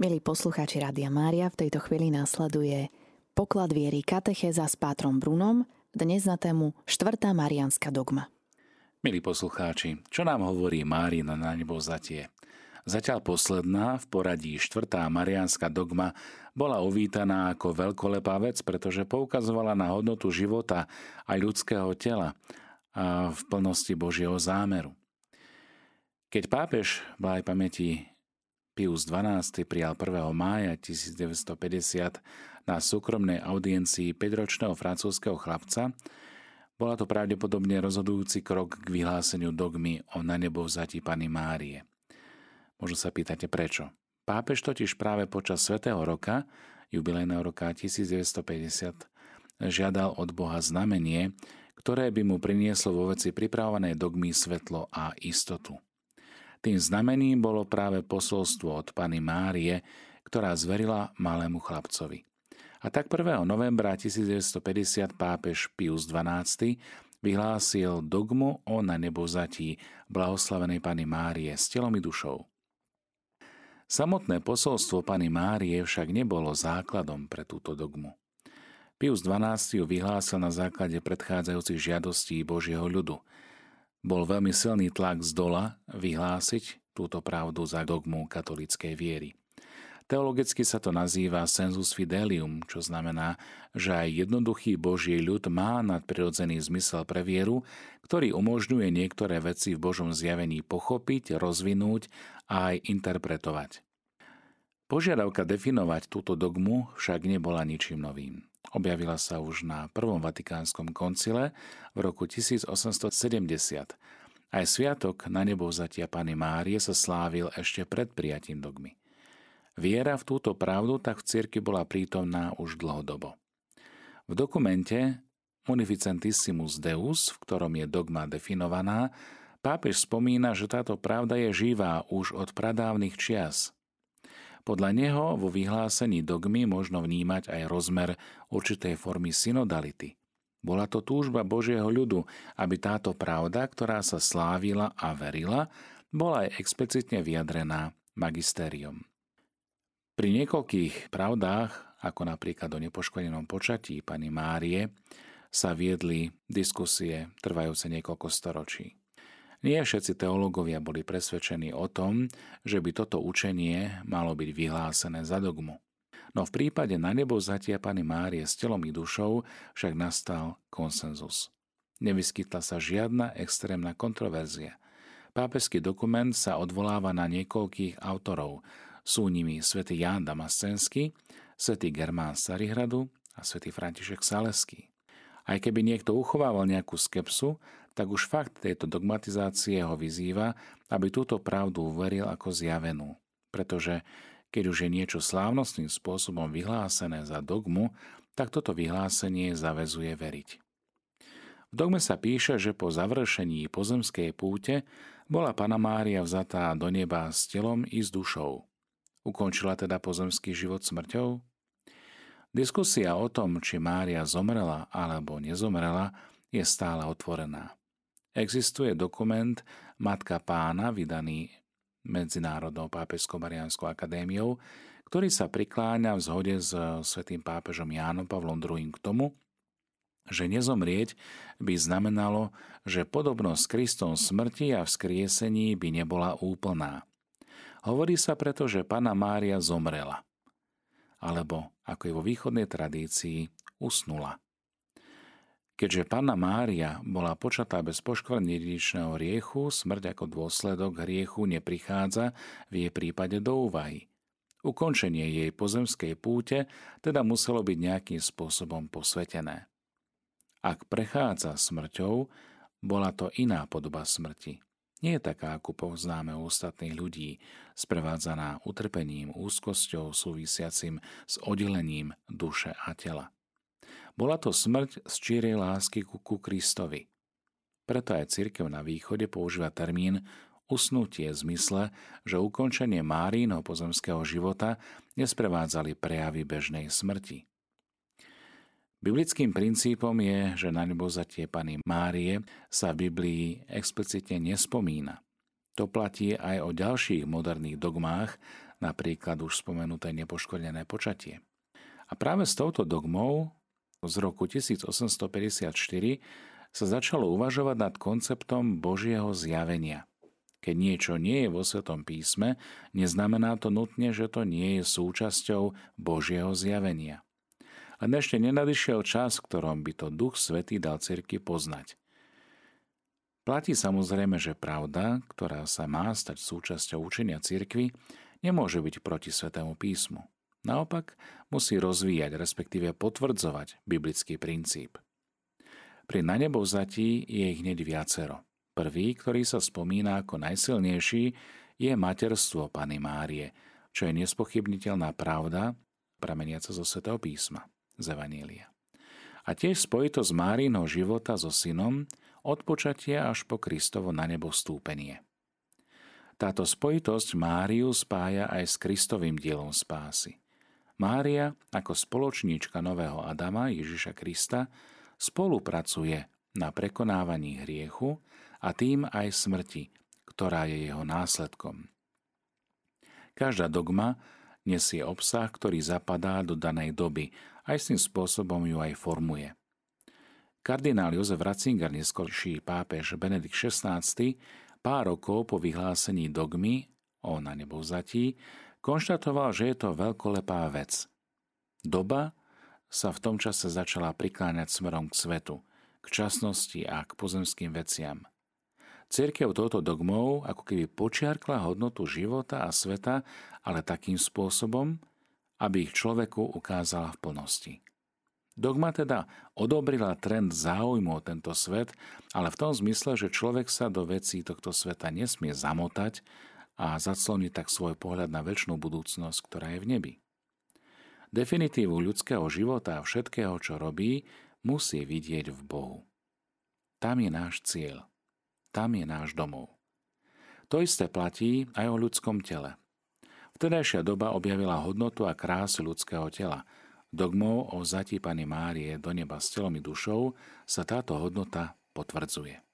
Milí poslucháči Rádia Mária, v tejto chvíli nasleduje poklad viery katechéza s pátrom Brunom, dnes na tému 4. mariánska dogma. Milí poslucháči, čo nám hovorí Márina nanebovzatie? Zatiaľ posledná v poradí 4. mariánska dogma bola uvítaná ako veľkolepá vec, pretože poukazovala na hodnotu života aj ľudského tela a v plnosti Božieho zámeru. Keď pápež blahej pamäti Pius XII prijal 1. mája 1950 na súkromnej audiencii 5-ročného francúzskeho chlapca, bola to pravdepodobne rozhodujúci krok k vyhláseniu dogmy o nanebovzatí Panny Márie. Možno sa pýtate prečo. Pápež totiž práve počas svätého roka, jubilejného roka 1950, žiadal od Boha znamenie, ktoré by mu prinieslo vo veci pripravovanej dogmy svetlo a istotu. Tým znamením bolo práve posolstvo od Panny Márie, ktorá zverila malému chlapcovi. A tak 1. novembra 1950 pápež Pius XII vyhlásil dogmu o nanebovzatí blahoslavenej Panny Márie s telom i dušou. Samotné posolstvo Panny Márie však nebolo základom pre túto dogmu. Pius XII ju vyhlásil na základe predchádzajúcich žiadostí Božieho ľudu. Bol veľmi silný tlak zdola vyhlásiť túto pravdu za dogmu katolíckej viery. Teologicky sa to nazýva sensus fidelium, čo znamená, že aj jednoduchý Boží ľud má nadprirodzený zmysel pre vieru, ktorý umožňuje niektoré veci v Božom zjavení pochopiť, rozvinúť a aj interpretovať. Požiadavka definovať túto dogmu však nebola ničím novým. Objavila sa už na Prvom vatikánskom koncile v roku 1870. Aj sviatok nanebovzatia Panny Márie sa slávil ešte pred prijatím dogmy. Viera v túto pravdu tak v cirkvi bola prítomná už dlhodobo. V dokumente Munificentissimus Deus, v ktorom je dogma definovaná, pápež spomína, že táto pravda je živá už od pradávnych čias. Podľa neho vo vyhlásení dogmy možno vnímať aj rozmer určitej formy synodality. Bola to túžba Božieho ľudu, aby táto pravda, ktorá sa slávila a verila, bola aj explicitne vyjadrená magistériom. Pri niekoľkých pravdách, ako napríklad o nepoškvrnenom počatí Panny Márie, sa viedli diskusie trvajúce niekoľko storočí. Nie všetci teológovia boli presvedčení o tom, že by toto učenie malo byť vyhlásené za dogmu. No v prípade nanebovzatia Panny Márie s telom i dušou však nastal konsenzus. Nevyskytla sa žiadna extrémna kontroverzia. Pápežský dokument sa odvoláva na niekoľkých autorov. Sú nimi svätý Ján Damascenský, svätý Germán z Carihradu a svätý František Saleský. Aj keby niekto uchovával nejakú skepsu, tak už fakt tejto dogmatizácie ho vyzýva, aby túto pravdu uveril ako zjavenú. Pretože keď už je niečo slávnostným spôsobom vyhlásené za dogmu, tak toto vyhlásenie zaväzuje veriť. V dogme sa píše, že po završení pozemskej púte bola Panna Mária vzatá do neba s telom i s dušou. Ukončila teda pozemský život smrťou? Diskusia o tom, či Mária zomrela alebo nezomrela, je stále otvorená. Existuje dokument Matka Pána, vydaný Medzinárodnou pápežskou mariánskou akadémiou, ktorý sa prikláňa v zhode s svätým pápežom Jánom Pavlom II k tomu, že nezomrieť by znamenalo, že podobnosť s Kristom smrti a vzkriesení by nebola úplná. Hovorí sa preto, že Panna Mária zomrela, alebo, ako je vo východnej tradícii, usnula. Keďže Panna Mária bola počatá bez poškvrnenia dedičného hriechu, smrť ako dôsledok hriechu neprichádza v jej prípade do úvahy. Ukončenie jej pozemskej púte teda muselo byť nejakým spôsobom posvetené. Ak prechádza smrťou, bola to iná podoba smrti. Nie je taká, ako poznáme u ostatných ľudí, sprevádzaná utrpením, úzkosťou súvisiacim s oddelením duše a tela. Bola to smrť z čírej lásky ku Kristovi. Preto aj cirkev na východe používa termín usnutie v zmysle, že ukončenie Márínho pozemského života nesprevádzali prejavy bežnej smrti. Biblickým princípom je, že nanebovzatie Panny Márie sa v Biblii explicitne nespomína. To platí aj o ďalších moderných dogmách, napríklad už spomenuté nepoškodené počatie. A práve s touto dogmou z roku 1854 sa začalo uvažovať nad konceptom Božieho zjavenia. Keď niečo nie je vo Svetom písme, neznamená to nutne, že to nie je súčasťou Božieho zjavenia. Len ešte nenadišiel čas, v ktorom by to Duch Svätý dal cirkvi poznať. Platí samozrejme, že pravda, ktorá sa má stať súčasťou učenia cirkvi, nemôže byť proti Svätému písmu. Naopak musí rozvíjať, respektíve potvrdzovať biblický princíp. Pri nanebovzatí je ich hneď viacero. Prvý, ktorý sa spomína ako najsilnejší, je materstvo Panny Márie, čo je nespochybniteľná pravda, prameniaca zo Svätého písma, z Evanielia. A tiež spojitosť Márínho života so synom od počatia až po Kristovo na nebo vstúpenie. Táto spojitosť Máriu spája aj s Kristovým dielom spásy. Mária, ako spoločníčka nového Adama, Ježiša Krista, spolupracuje na prekonávaní hriechu a tým aj smrti, ktorá je jeho následkom. Každá dogma nesie obsah, ktorý zapadá do danej doby a istým spôsobom ju aj formuje. Kardinál Jozef Ratzinger, neskorší pápež Benedikt XVI, pár rokov po vyhlásení dogmy o nanebovzatí konštatoval, že je to veľkolepá vec. Doba sa v tom čase začala prikláňať smerom k svetu, k časnosti a k pozemským veciam. Cirkev touto dogmou ako keby počiarkla hodnotu života a sveta, ale takým spôsobom, aby ich človeku ukázala v plnosti. Dogma teda odobrila trend záujmu o tento svet, ale v tom zmysle, že človek sa do vecí tohto sveta nesmie zamotať a zacloniť tak svoj pohľad na večnú budúcnosť, ktorá je v nebi. Definitívu ľudského života a všetkého, čo robí, musí vidieť v Bohu. Tam je náš cieľ. Tam je náš domov. To isté platí aj o ľudskom tele. Vtedajšia doba objavila hodnotu a krásu ľudského tela. Dogmou o vzatí Panny Márie do neba s telom i dušou sa táto hodnota potvrdzuje.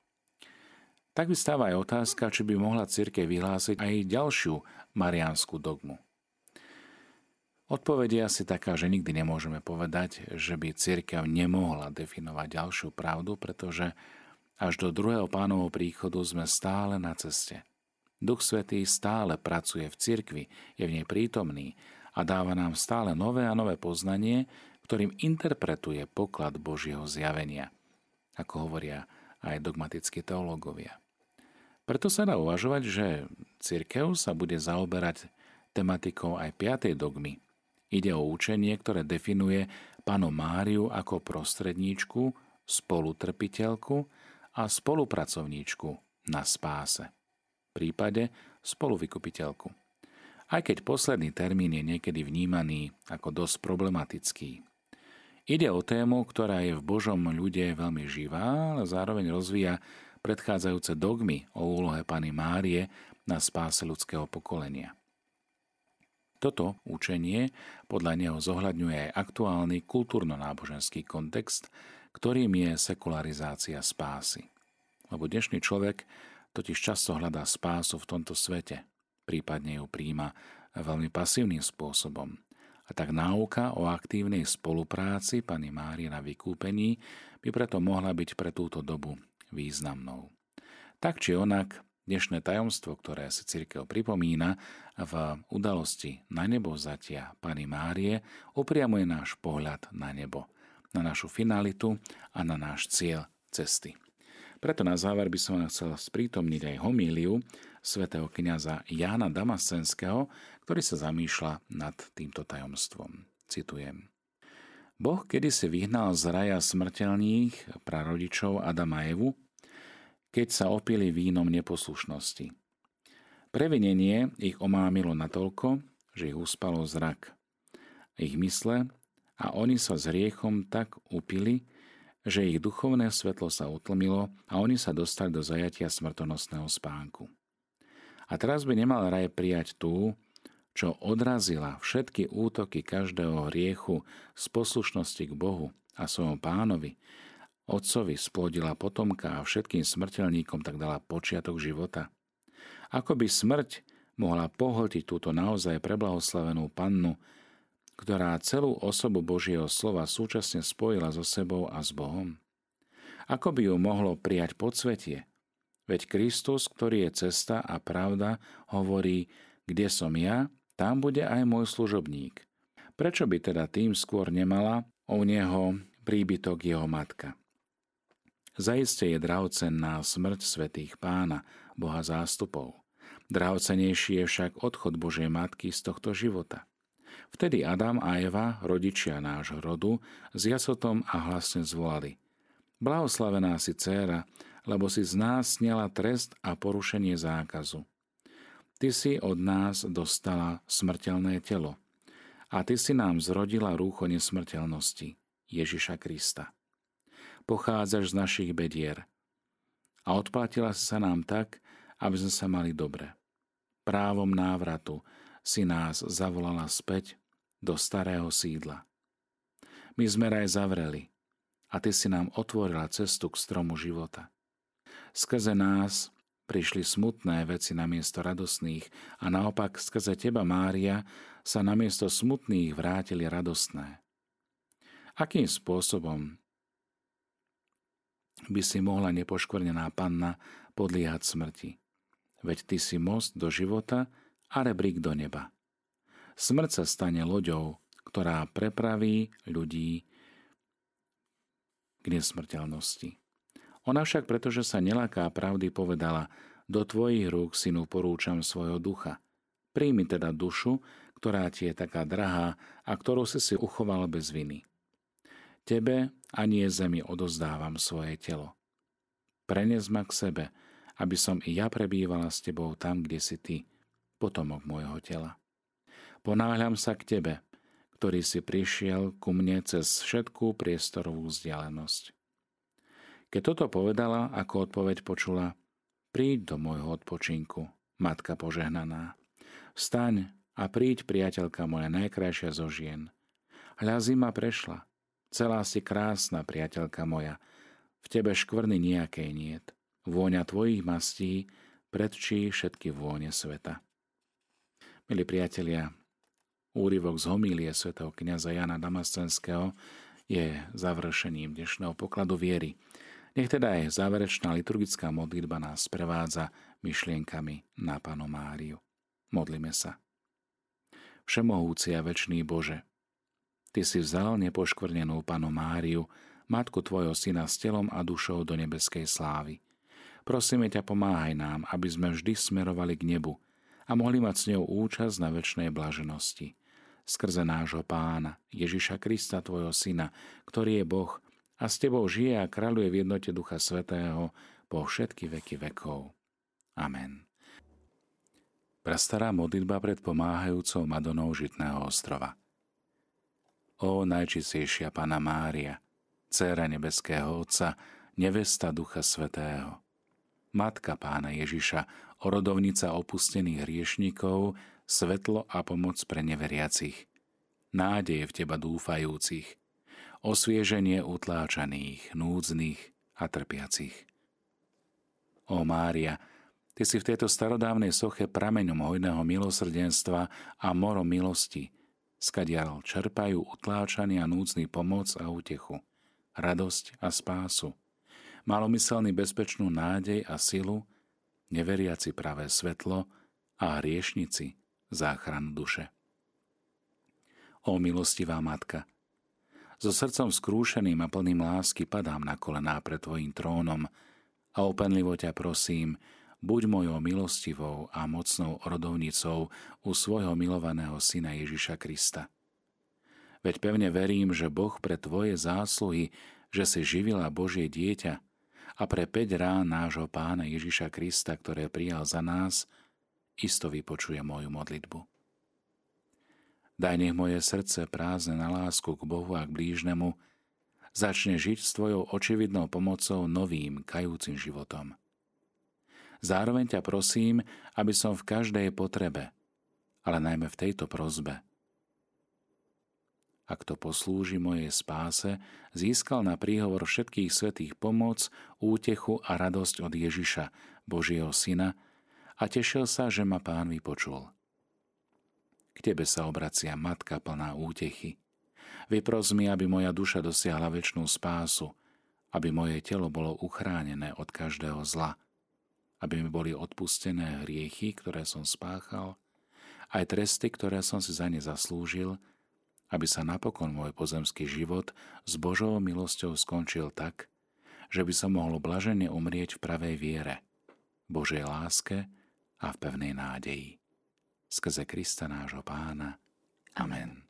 Tak vystáva aj otázka, či by mohla cirkev vyhlásiť aj ďalšiu mariánsku dogmu. Odpoveď je asi taká, že nikdy nemôžeme povedať, že by cirkev nemohla definovať ďalšiu pravdu, pretože až do druhého Pánovho príchodu sme stále na ceste. Duch Svätý stále pracuje v cirkvi, je v nej prítomný a dáva nám stále nové a nové poznanie, ktorým interpretuje poklad Božieho zjavenia, ako hovoria aj dogmatickí teológovia. Preto sa dá uvažovať, že cirkev sa bude zaoberať tematikou aj 5. dogmy. Ide o učenie, ktoré definuje Pannu Máriu ako prostredníčku, spolutrpiteľku a spolupracovníčku na spáse. V prípade spoluvykupiteľku. Aj keď posledný termín je niekedy vnímaný ako dosť problematický. Ide o tému, ktorá je v Božom ľude veľmi živá, ale zároveň rozvíja predchádzajúce dogmy o úlohe Panny Márie na spáse ľudského pokolenia. Toto učenie podľa neho zohľadňuje aj aktuálny kultúrno-náboženský kontext, ktorým je sekularizácia spásy. Lebo dnešný človek totiž často hľadá spásu v tomto svete, prípadne ju prijíma veľmi pasívnym spôsobom. A tak náuka o aktívnej spolupráci Panny Márie na vykúpení by preto mohla byť pre túto dobu významnou. Tak či onak, dnešné tajomstvo, ktoré si cirkev pripomína v udalosti nanebovzatia Panny Márie, upriamuje náš pohľad na nebo, na našu finalitu a na náš cieľ cesty. Preto na záver by som vám chcel sprítomniť aj homíliu svätého kňaza Jána Damascenského, ktorý sa zamýšľa nad týmto tajomstvom. Citujem. Boh kedysi vyhnal z raja smrteľných prarodičov Adama a Evu, keď sa opili vínom neposlušnosti. Previnenie ich omámilo natoľko, že ich uspalo zrak, ich mysle a oni sa s hriechom tak upili, že ich duchovné svetlo sa utlmilo a oni sa dostali do zajatia smrtonosného spánku. A teraz by nemal raj prijať tú, čo odrazila všetky útoky každého hriechu z poslušnosti k Bohu a svojom Pánovi, Otcovi splodila potomka a všetkým smrteľníkom tak dala počiatok života. Ako by smrť mohla pohltiť túto naozaj preblahoslavenú pannu, ktorá celú osobu Božieho slova súčasne spojila so sebou a s Bohom? Ako by ju mohlo prijať podsvetie? Veď Kristus, ktorý je cesta a pravda, hovorí, kde som ja, tam bude aj môj služobník. Prečo by teda tým skôr nemala u neho príbytok jeho matka? Zaiste je drahocenná smrť svätých Pána, Boha zástupov. Drahocenejší je však odchod Božej matky z tohto života. Vtedy Adam a Eva, rodičia nášho rodu, s jasotom a hlasne zvolali: Blahoslavená si dcéra, lebo si z nás sňala trest a porušenie zákazu. Ty si od nás dostala smrteľné telo a ty si nám zrodila rúcho nesmrteľnosti, Ježiša Krista. Pochádzaš z našich bedier a odplátila si sa nám tak, aby sme sa mali dobre. Právom návratu si nás zavolala späť do starého sídla. My sme raj zavreli a ty si nám otvorila cestu k stromu života. Skrze nás prišli smutné veci namiesto radosných a naopak skrze teba, Mária, sa namiesto smutných vrátili radostné. Akým spôsobom by si mohla nepoškvrnená panna podliehať smrti? Veď ty si most do života a rebrík do neba. Smrť sa stane loďou, ktorá prepraví ľudí k nesmrteľnosti. Ona však, pretože sa neláká pravdy, povedala: do tvojich rúk, synu, porúčam svojho ducha. Príjmi teda dušu, ktorá ti je taká drahá a ktorú si uchoval bez viny. Tebe a nie zemi odozdávam svoje telo. Prenes ma k sebe, aby som i ja prebývala s tebou tam, kde si ty, potomok môjho tela. Ponáhľam sa k tebe, ktorý si prišiel ku mne cez všetkú priestorovú vzdialenosť. Keď toto povedala, ako odpoveď počula: príď do môjho odpočinku, matka požehnaná. Vstaň a príď, priateľka moja, najkrajšia zo žien. Hľa, zima prešla, celá si krásna, priateľka moja, v tebe škvrny nejakej niet. Vôňa tvojich mastí predčí všetky vône sveta. Milí priatelia, úryvok z homílie svätého kňaza Jana Damascenského je završením dnešného pokladu viery. Nech teda aj záverečná liturgická modlitba nás sprevádza myšlienkami na Pannu Máriu. Modlime sa. Všemohúci a večný Bože, Ty si vzal nepoškvrnenú Pannu Máriu, matku tvojho syna, s telom a dušou do nebeskej slávy. Prosíme ťa, pomáhaj nám, aby sme vždy smerovali k nebu a mohli mať s ňou účasť na večnej blaženosti. Skrze nášho Pána, Ježiša Krista, tvojho syna, ktorý je Boh a s tebou žije a kráľuje v jednote Ducha Svätého po všetky veky vekov. Amen. Prastará modlitba pred pomáhajúcou Madonou Žitného ostrova. Ó najčistejšia Panna Mária, dcéra nebeského Otca, nevesta Ducha Svätého, Matka Pána Ježiša, orodovnica opustených hriešnikov, svetlo a pomoc pre neveriacich, nádej v teba dúfajúcich, osvieženie utláčaných, núdznych a trpiacich. Ó Mária, ty si v tejto starodávnej soche prameňom hojného milosrdenstva a morom milosti, skadiaľ čerpajú utláčaní a núdzni pomoc a útechu, radosť a spásu, malomyselný bezpečnú nádej a silu, neveriaci pravé svetlo a hriešnici záchranu duše. Ó milostivá Matka, so srdcom skrúšeným a plným lásky padám na kolená pred tvojím trónom a openlivo ťa prosím, buď mojou milostivou a mocnou rodovnicou u svojho milovaného syna Ježiša Krista. Veď pevne verím, že Boh pre tvoje zásluhy, že si živila Božie dieťa a pre 5 rán nášho Pána Ježiša Krista, ktoré prijal za nás, isto vypočuje moju modlitbu. Daj, nech moje srdce prázdne na lásku k Bohu a k blížnemu začne žiť s tvojou očividnou pomocou novým, kajúcim životom. Zároveň ťa prosím, aby som v každej potrebe, ale najmä v tejto prosbe, ak to poslúži mojej spáse, získal na príhovor všetkých svätých pomoc, útechu a radosť od Ježiša, Božieho Syna, a tešil sa, že ma Pán vypočul. K Tebe sa obracia Matka plná útechy. Vypros mi, aby moja duša dosiahla večnú spásu, aby moje telo bolo uchránené od každého zla, aby mi boli odpustené hriechy, ktoré som spáchal, aj tresty, ktoré som si za ne zaslúžil, aby sa napokon môj pozemský život s Božou milosťou skončil tak, že by som mohol blažene umrieť v pravej viere, Božej láske a v pevnej nádeji. Skrze Krista nášho Pána. Amen.